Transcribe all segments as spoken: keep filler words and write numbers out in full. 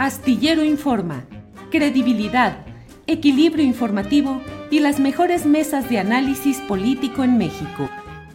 Astillero Informa, credibilidad, equilibrio informativo y las mejores mesas de análisis político en México.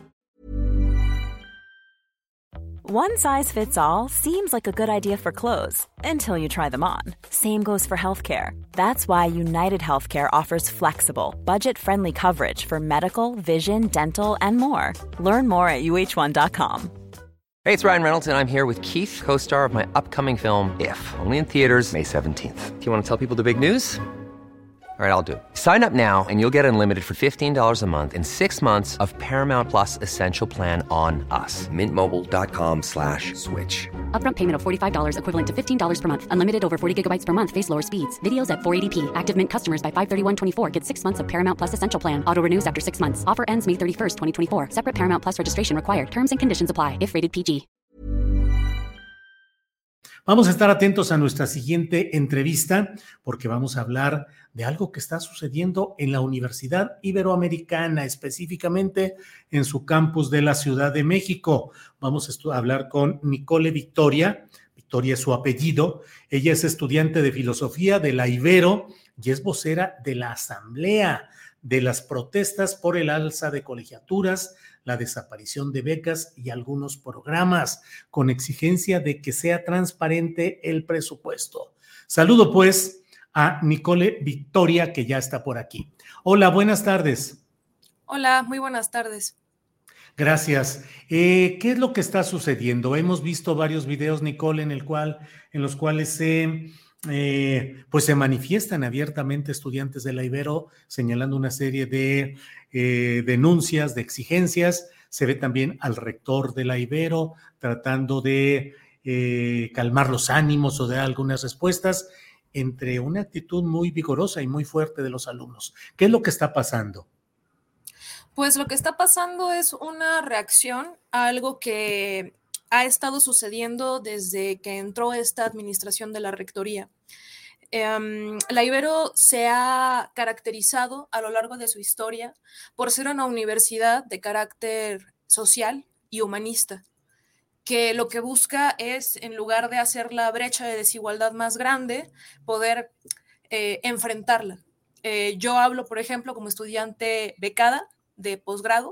One size fits all seems like a good idea for clothes until you try them on. Same goes for healthcare. That's why United Healthcare offers flexible, budget-friendly coverage for medical, vision, dental, and more. Learn more at U H one dot com. Hey, it's Ryan Reynolds, and I'm here with Keith, co-star of my upcoming film, If, only in theaters May seventeenth. Do you want to tell people the big news? All right, I'll do it. Sign up now and you'll get unlimited for fifteen dollars a month and six months of Paramount Plus Essential Plan on us. Mint Mobile dot com slash switch. Upfront payment of forty-five dollars equivalent to fifteen dollars per month. Unlimited over forty gigabytes per month. Face lower speeds. Videos at four eighty p. Active Mint customers by five thirty-one twenty-four get six months of Paramount Plus Essential Plan. Auto renews after six months. Offer ends May thirty-first, twenty twenty-four. Separate Paramount Plus registration required. Terms and conditions apply if rated P G. Vamos a estar atentos a nuestra siguiente entrevista porque vamos a hablar de algo que está sucediendo en la Universidad Iberoamericana, específicamente en su campus de la Ciudad de México. Vamos a hablar con Nicole Victoria. Victoria es su apellido. Ella es estudiante de filosofía de la Ibero y es vocera de la Asamblea de las protestas por el alza de colegiaturas, la desaparición de becas y algunos programas, con exigencia de que sea transparente el presupuesto. Saludo pues a Nicole Victoria, que ya está por aquí. Hola, buenas tardes. Hola, muy buenas tardes. Gracias. Eh, ¿Qué es lo que está sucediendo? Hemos visto varios videos, Nicole, en el cual, en los cuales se... Eh, pues se manifiestan abiertamente estudiantes de la Ibero señalando una serie de eh, denuncias, de exigencias. Se ve también al rector de la Ibero tratando de eh, calmar los ánimos o de dar algunas respuestas entre una actitud muy vigorosa y muy fuerte de los alumnos. ¿Qué es lo que está pasando? Pues lo que está pasando es una reacción a algo que ha estado sucediendo desde que entró esta administración de la rectoría. Um, la Ibero se ha caracterizado a lo largo de su historia por ser una universidad de carácter social y humanista, que lo que busca es, en lugar de hacer la brecha de desigualdad más grande, poder eh, enfrentarla. Eh, yo hablo, por ejemplo, como estudiante becada de posgrado.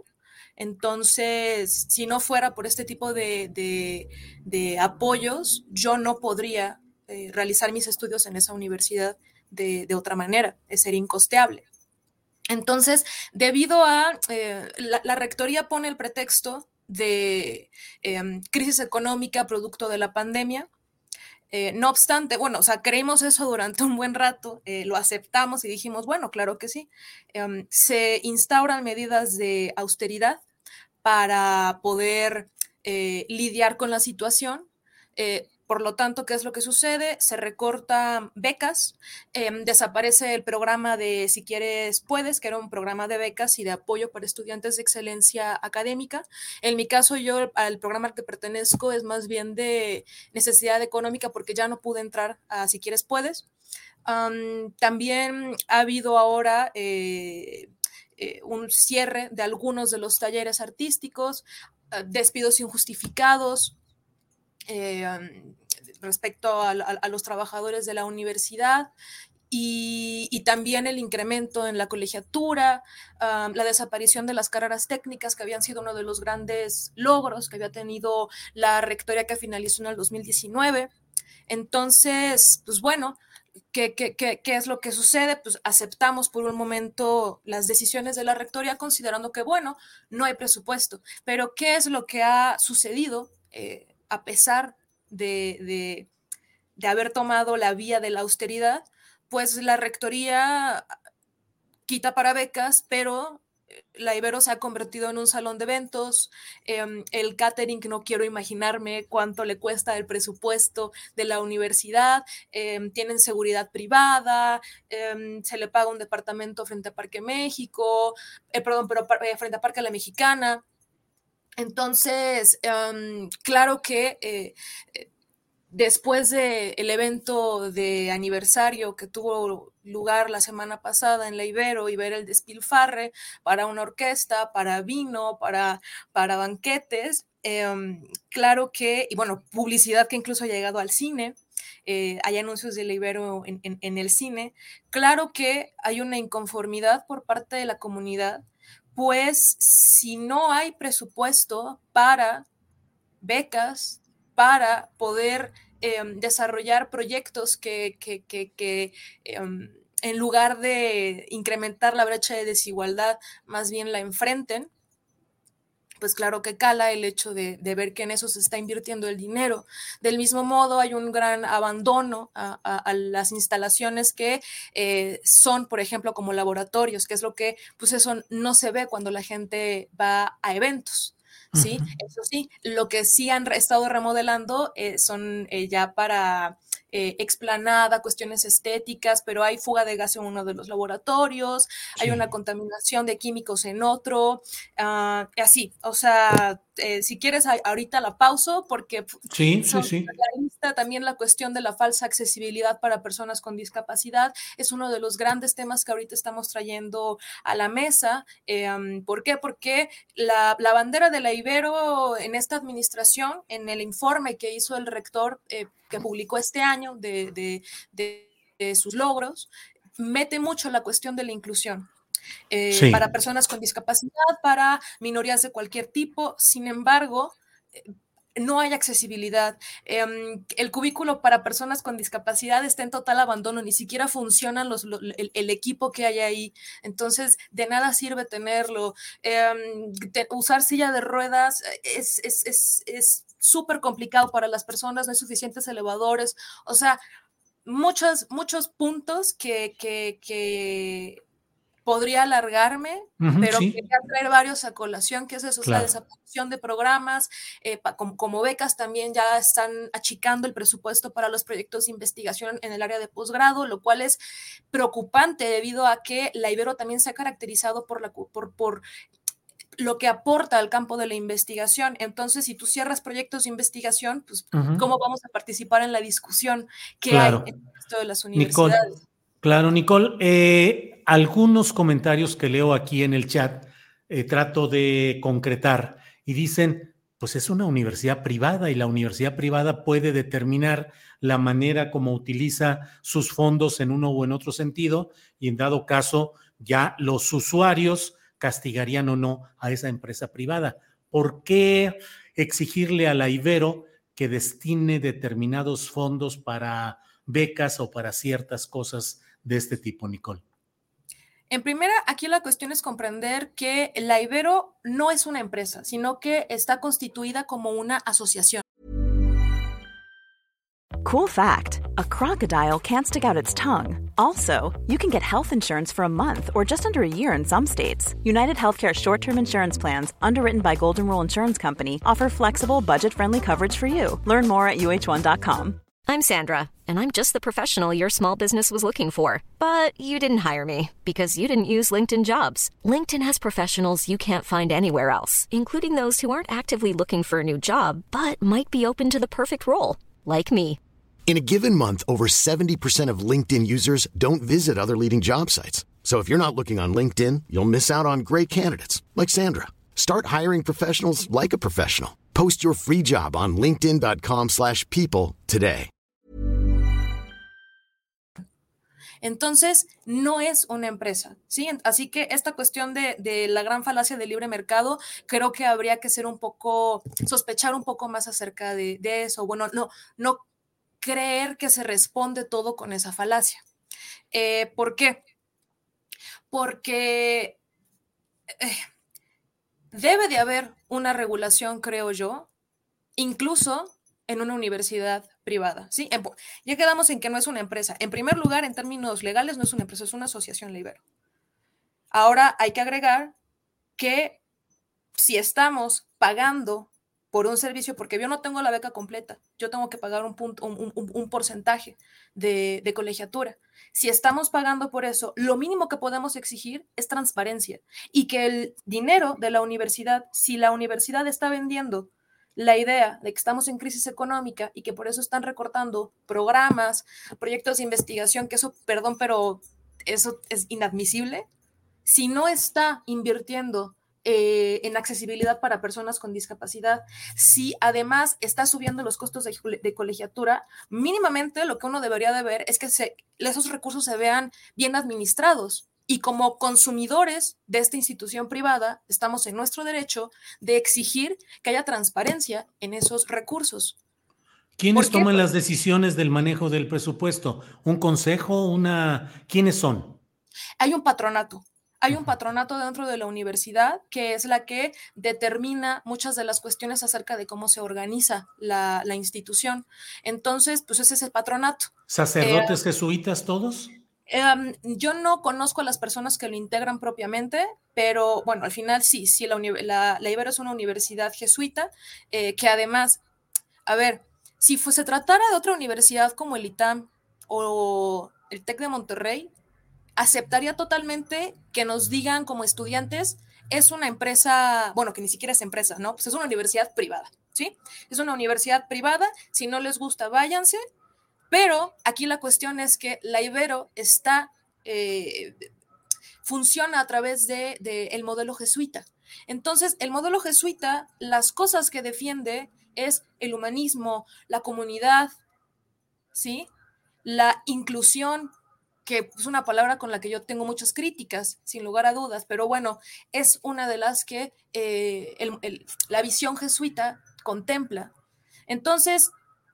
Entonces, si no fuera por este tipo de, de, de apoyos, yo no podría eh, realizar mis estudios en esa universidad de, de otra manera, es ser incosteable. Entonces, debido a eh, la, la rectoría pone el pretexto de eh, crisis económica producto de la pandemia. Eh, no obstante, bueno, o sea, creímos eso durante un buen rato, eh, lo aceptamos y dijimos, bueno, claro que sí. Um, se instauran medidas de austeridad para poder eh, lidiar con la situación. Eh, por lo tanto, ¿qué es lo que sucede? Se recortan becas, eh, desaparece el programa de Si Quieres Puedes, que era un programa de becas y de apoyo para estudiantes de excelencia académica. En mi caso, yo al programa al que pertenezco es más bien de necesidad económica porque ya no pude entrar a Si Quieres Puedes. Um, también ha habido ahora... Eh, Eh, un cierre de algunos de los talleres artísticos, uh, despidos injustificados eh, um, respecto a, a, a los trabajadores de la universidad y, y también el incremento en la colegiatura, um, la desaparición de las carreras técnicas que habían sido uno de los grandes logros que había tenido la rectoría que finalizó en el dos mil diecinueve. Entonces, pues bueno, ¿Qué, qué, qué, ¿Qué es lo que sucede? Pues aceptamos por un momento las decisiones de la rectoría considerando que, bueno, no hay presupuesto. Pero ¿qué es lo que ha sucedido eh, a pesar de, de, de haber tomado la vía de la austeridad? Pues la rectoría quita para becas, pero la Ibero se ha convertido en un salón de eventos, eh, el catering, no quiero imaginarme cuánto le cuesta el presupuesto de la universidad, eh, tienen seguridad privada, eh, se le paga un departamento frente a Parque México, eh, perdón, pero eh, frente a Parque La Mexicana. Entonces, um, claro que eh, después del evento de aniversario que tuvo lugar la semana pasada en la Ibero y ver el despilfarre para una orquesta, para vino, para, para banquetes, eh, claro que, y bueno, publicidad que incluso ha llegado al cine, eh, hay anuncios de la Ibero en, en, en el cine. Claro que hay una inconformidad por parte de la comunidad, pues si no hay presupuesto para becas, para poder eh, desarrollar proyectos que, que, que, que eh, en lugar de incrementar la brecha de desigualdad, más bien la enfrenten, pues claro que cala el hecho de, de ver que en eso se está invirtiendo el dinero. Del mismo modo, hay un gran abandono a, a, a las instalaciones que eh, son, por ejemplo, como laboratorios, que es lo que, pues eso no se ve cuando la gente va a eventos. Sí, uh-huh. Eso sí, lo que sí han estado remodelando eh, son eh, ya para eh, explanada, cuestiones estéticas, pero hay fuga de gas en uno de los laboratorios, sí. Hay una contaminación de químicos en otro, uh, así, o sea, eh, si quieres ahorita la pauso porque sí, sí, sí. La lista, también la cuestión de la falsa accesibilidad para personas con discapacidad es uno de los grandes temas que ahorita estamos trayendo a la mesa. Eh, um, ¿Por qué? Porque la, la bandera de la Ibero en esta administración, en el informe que hizo el rector eh, que publicó este año de, de, de, de sus logros, mete mucho la cuestión de la inclusión. Eh, sí. Para personas con discapacidad, para minorías de cualquier tipo. Sin embargo, eh, no hay accesibilidad. Eh, el cubículo para personas con discapacidad está en total abandono, ni siquiera funcionan los, los, el, el equipo que hay ahí. Entonces, de nada sirve tenerlo. Eh, te, usar silla de ruedas es es, es, es súper complicado para las personas, no hay suficientes elevadores. O sea, muchos, muchos puntos que... que, que podría alargarme, uh-huh, pero sí. Quería traer varios a colación, que es eso, claro. Es la desaparición de programas, eh, pa, como, como becas también ya están achicando el presupuesto para los proyectos de investigación en el área de posgrado, lo cual es preocupante debido a que la Ibero también se ha caracterizado por, la, por, por lo que aporta al campo de la investigación. Entonces, si tú cierras proyectos de investigación, pues, uh-huh. ¿Cómo vamos a participar en la discusión que claro. hay en el resto de las universidades? Nicole, claro, Nicole, eh, algunos comentarios que leo aquí en el chat eh, trato de concretar y dicen, pues es una universidad privada y la universidad privada puede determinar la manera como utiliza sus fondos en uno o en otro sentido y en dado caso ya los usuarios castigarían o no a esa empresa privada. ¿Por qué exigirle a la Ibero que destine determinados fondos para becas o para ciertas cosas de este tipo, Nicole? En primera, aquí la cuestión es comprender que la Ibero no es una empresa, sino que está constituida como una asociación. Cool fact, a crocodile can't stick out its tongue. Also, you can get health insurance for a month or just under a year in some states. United Healthcare short-term insurance plans, underwritten by Golden Rule Insurance Company, offer flexible, budget-friendly coverage for you. Learn more at U H one dot com. I'm Sandra, and I'm just the professional your small business was looking for. But you didn't hire me because you didn't use LinkedIn Jobs. LinkedIn has professionals you can't find anywhere else, including those who aren't actively looking for a new job, but might be open to the perfect role, like me. In a given month, over seventy percent of LinkedIn users don't visit other leading job sites. So if you're not looking on LinkedIn, you'll miss out on great candidates like Sandra. Start hiring professionals like a professional. Post your free job on linkedin dot com slash people today. Entonces, no es una empresa, ¿sí? Así que esta cuestión de, de la gran falacia del libre mercado, creo que habría que ser un poco, sospechar un poco más acerca de, de eso. Bueno, no, no creer que se responde todo con esa falacia. Eh, ¿Por qué? Porque eh, debe de haber una regulación, creo yo, incluso en una universidad privada, ¿sí? En, ya quedamos en que no es una empresa. En primer lugar, en términos legales, no es una empresa, es una asociación la Ibero. Ahora hay que agregar que si estamos pagando por un servicio, porque yo no tengo la beca completa, yo tengo que pagar un, punto, un, un, un porcentaje de, de colegiatura. Si estamos pagando por eso, lo mínimo que podemos exigir es transparencia y que el dinero de la universidad, si la universidad está vendiendo la idea de que estamos en crisis económica y que por eso están recortando programas, proyectos de investigación, que eso, perdón, pero eso es inadmisible. Si no está invirtiendo eh, en accesibilidad para personas con discapacidad, si además está subiendo los costos de, de colegiatura, mínimamente lo que uno debería de ver es que se, esos recursos se vean bien administrados. Y como consumidores de esta institución privada, estamos en nuestro derecho de exigir que haya transparencia en esos recursos. ¿Quiénes toman las decisiones del manejo del presupuesto? ¿Un consejo? Una... ¿Quiénes son? Hay un patronato. Hay un patronato dentro de la universidad que es la que determina muchas de las cuestiones acerca de cómo se organiza la, la institución. Entonces, pues ese es el patronato. ¿Sacerdotes eh, jesuitas todos? Um, yo no conozco a las personas que lo integran propiamente, pero bueno, al final sí, sí, la, la, la Ibero es una universidad jesuita, eh, que además, a ver, si fue, se tratara de otra universidad como el I T A M o el TEC de Monterrey, aceptaría totalmente que nos digan como estudiantes, es una empresa, bueno, que ni siquiera es empresa, ¿no? Pues es una universidad privada, ¿sí? Es una universidad privada, si no les gusta, váyanse. Pero aquí la cuestión es que la Ibero está, eh, funciona a través de, de el modelo jesuita. Entonces, el modelo jesuita, las cosas que defiende es el humanismo, la comunidad, ¿sí? La inclusión, que es una palabra con la que yo tengo muchas críticas, sin lugar a dudas, pero bueno, es una de las que eh, el, el, la visión jesuita contempla. Entonces,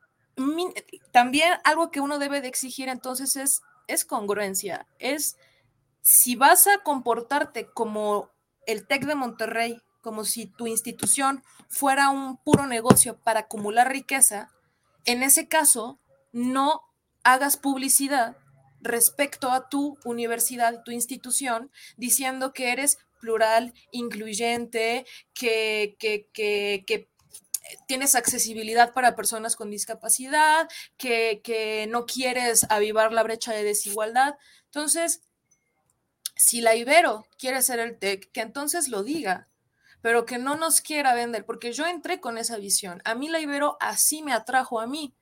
también algo que uno debe de exigir entonces es, es congruencia, es si vas a comportarte como el TEC de Monterrey, como si tu institución fuera un puro negocio para acumular riqueza, en ese caso no hagas publicidad respecto a tu universidad, tu institución, diciendo que eres plural, incluyente, que, que, que, que tienes accesibilidad para personas con discapacidad, que, que no quieres avivar la brecha de desigualdad. Entonces, si la Ibero quiere ser el TEC, que entonces lo diga, pero que no nos quiera vender, porque yo entré con esa visión. A mí la Ibero así me atrajo a mí,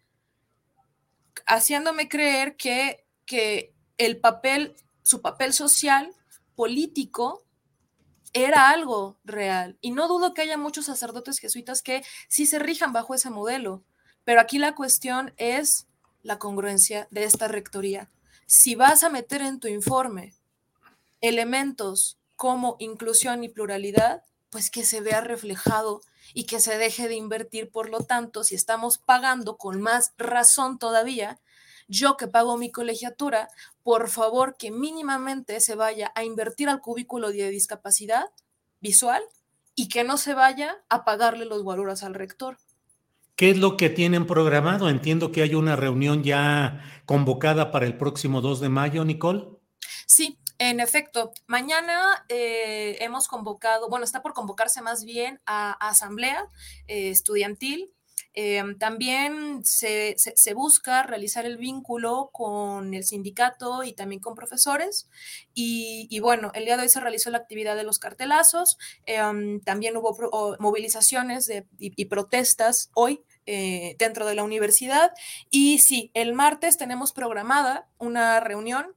haciéndome creer que, que el papel, su papel social, político, era algo real. Y no dudo que haya muchos sacerdotes jesuitas que sí se rijan bajo ese modelo, pero aquí la cuestión es la congruencia de esta rectoría. Si vas a meter en tu informe elementos como inclusión y pluralidad, pues que se vea reflejado y que se deje de invertir. Por lo tanto, si estamos pagando con más razón todavía, yo que pago mi colegiatura, por favor que mínimamente se vaya a invertir al cubículo de discapacidad visual y que no se vaya a pagarle los guaruras al rector. ¿Qué es lo que tienen programado? Entiendo que hay una reunión ya convocada para el próximo dos de mayo, Nicole. Sí, en efecto. Mañana eh, hemos convocado, bueno, está por convocarse más bien a, a asamblea eh, estudiantil. Eh, también se, se, se busca realizar el vínculo con el sindicato y también con profesores y, y bueno, el día de hoy se realizó la actividad de los cartelazos, eh, también hubo pro, o, movilizaciones de, y, y protestas hoy eh, dentro de la universidad y sí, el martes tenemos programada una reunión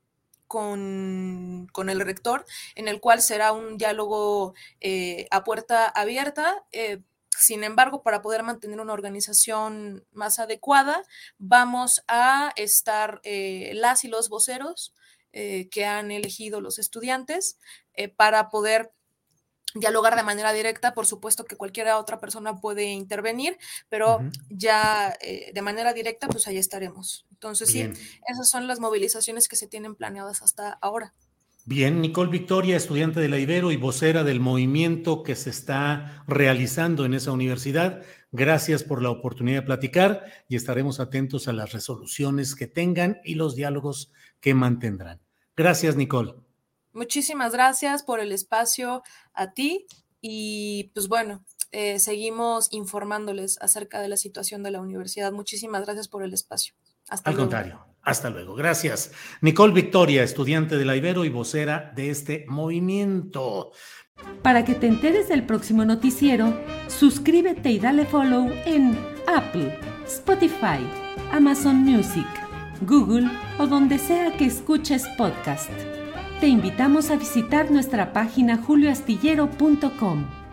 Con, con el rector, en el cual será un diálogo eh, a puerta abierta. Eh, sin embargo, para poder mantener una organización más adecuada, vamos a estar eh, las y los voceros eh, que han elegido los estudiantes eh, para poder dialogar de manera directa. Por supuesto que cualquier otra persona puede intervenir, pero uh-huh. ya eh, de manera directa, pues ahí estaremos. Entonces, Bien. sí, esas son las movilizaciones que se tienen planeadas hasta ahora. Bien, Nicole Victoria, estudiante de la Ibero y vocera del movimiento que se está realizando en esa universidad. Gracias por la oportunidad de platicar y estaremos atentos a las resoluciones que tengan y los diálogos que mantendrán. Gracias, Nicole. Muchísimas gracias por el espacio a ti y pues bueno, eh, seguimos informándoles acerca de la situación de la universidad. Muchísimas gracias por el espacio. Hasta Al luego. contrario, hasta luego. Gracias. Nicole Victoria, estudiante de la Ibero y vocera de este movimiento. Para que te enteres del próximo noticiero, suscríbete y dale follow en Apple, Spotify, Amazon Music, Google o donde sea que escuches podcast. Te invitamos a visitar nuestra página julio astillero punto com.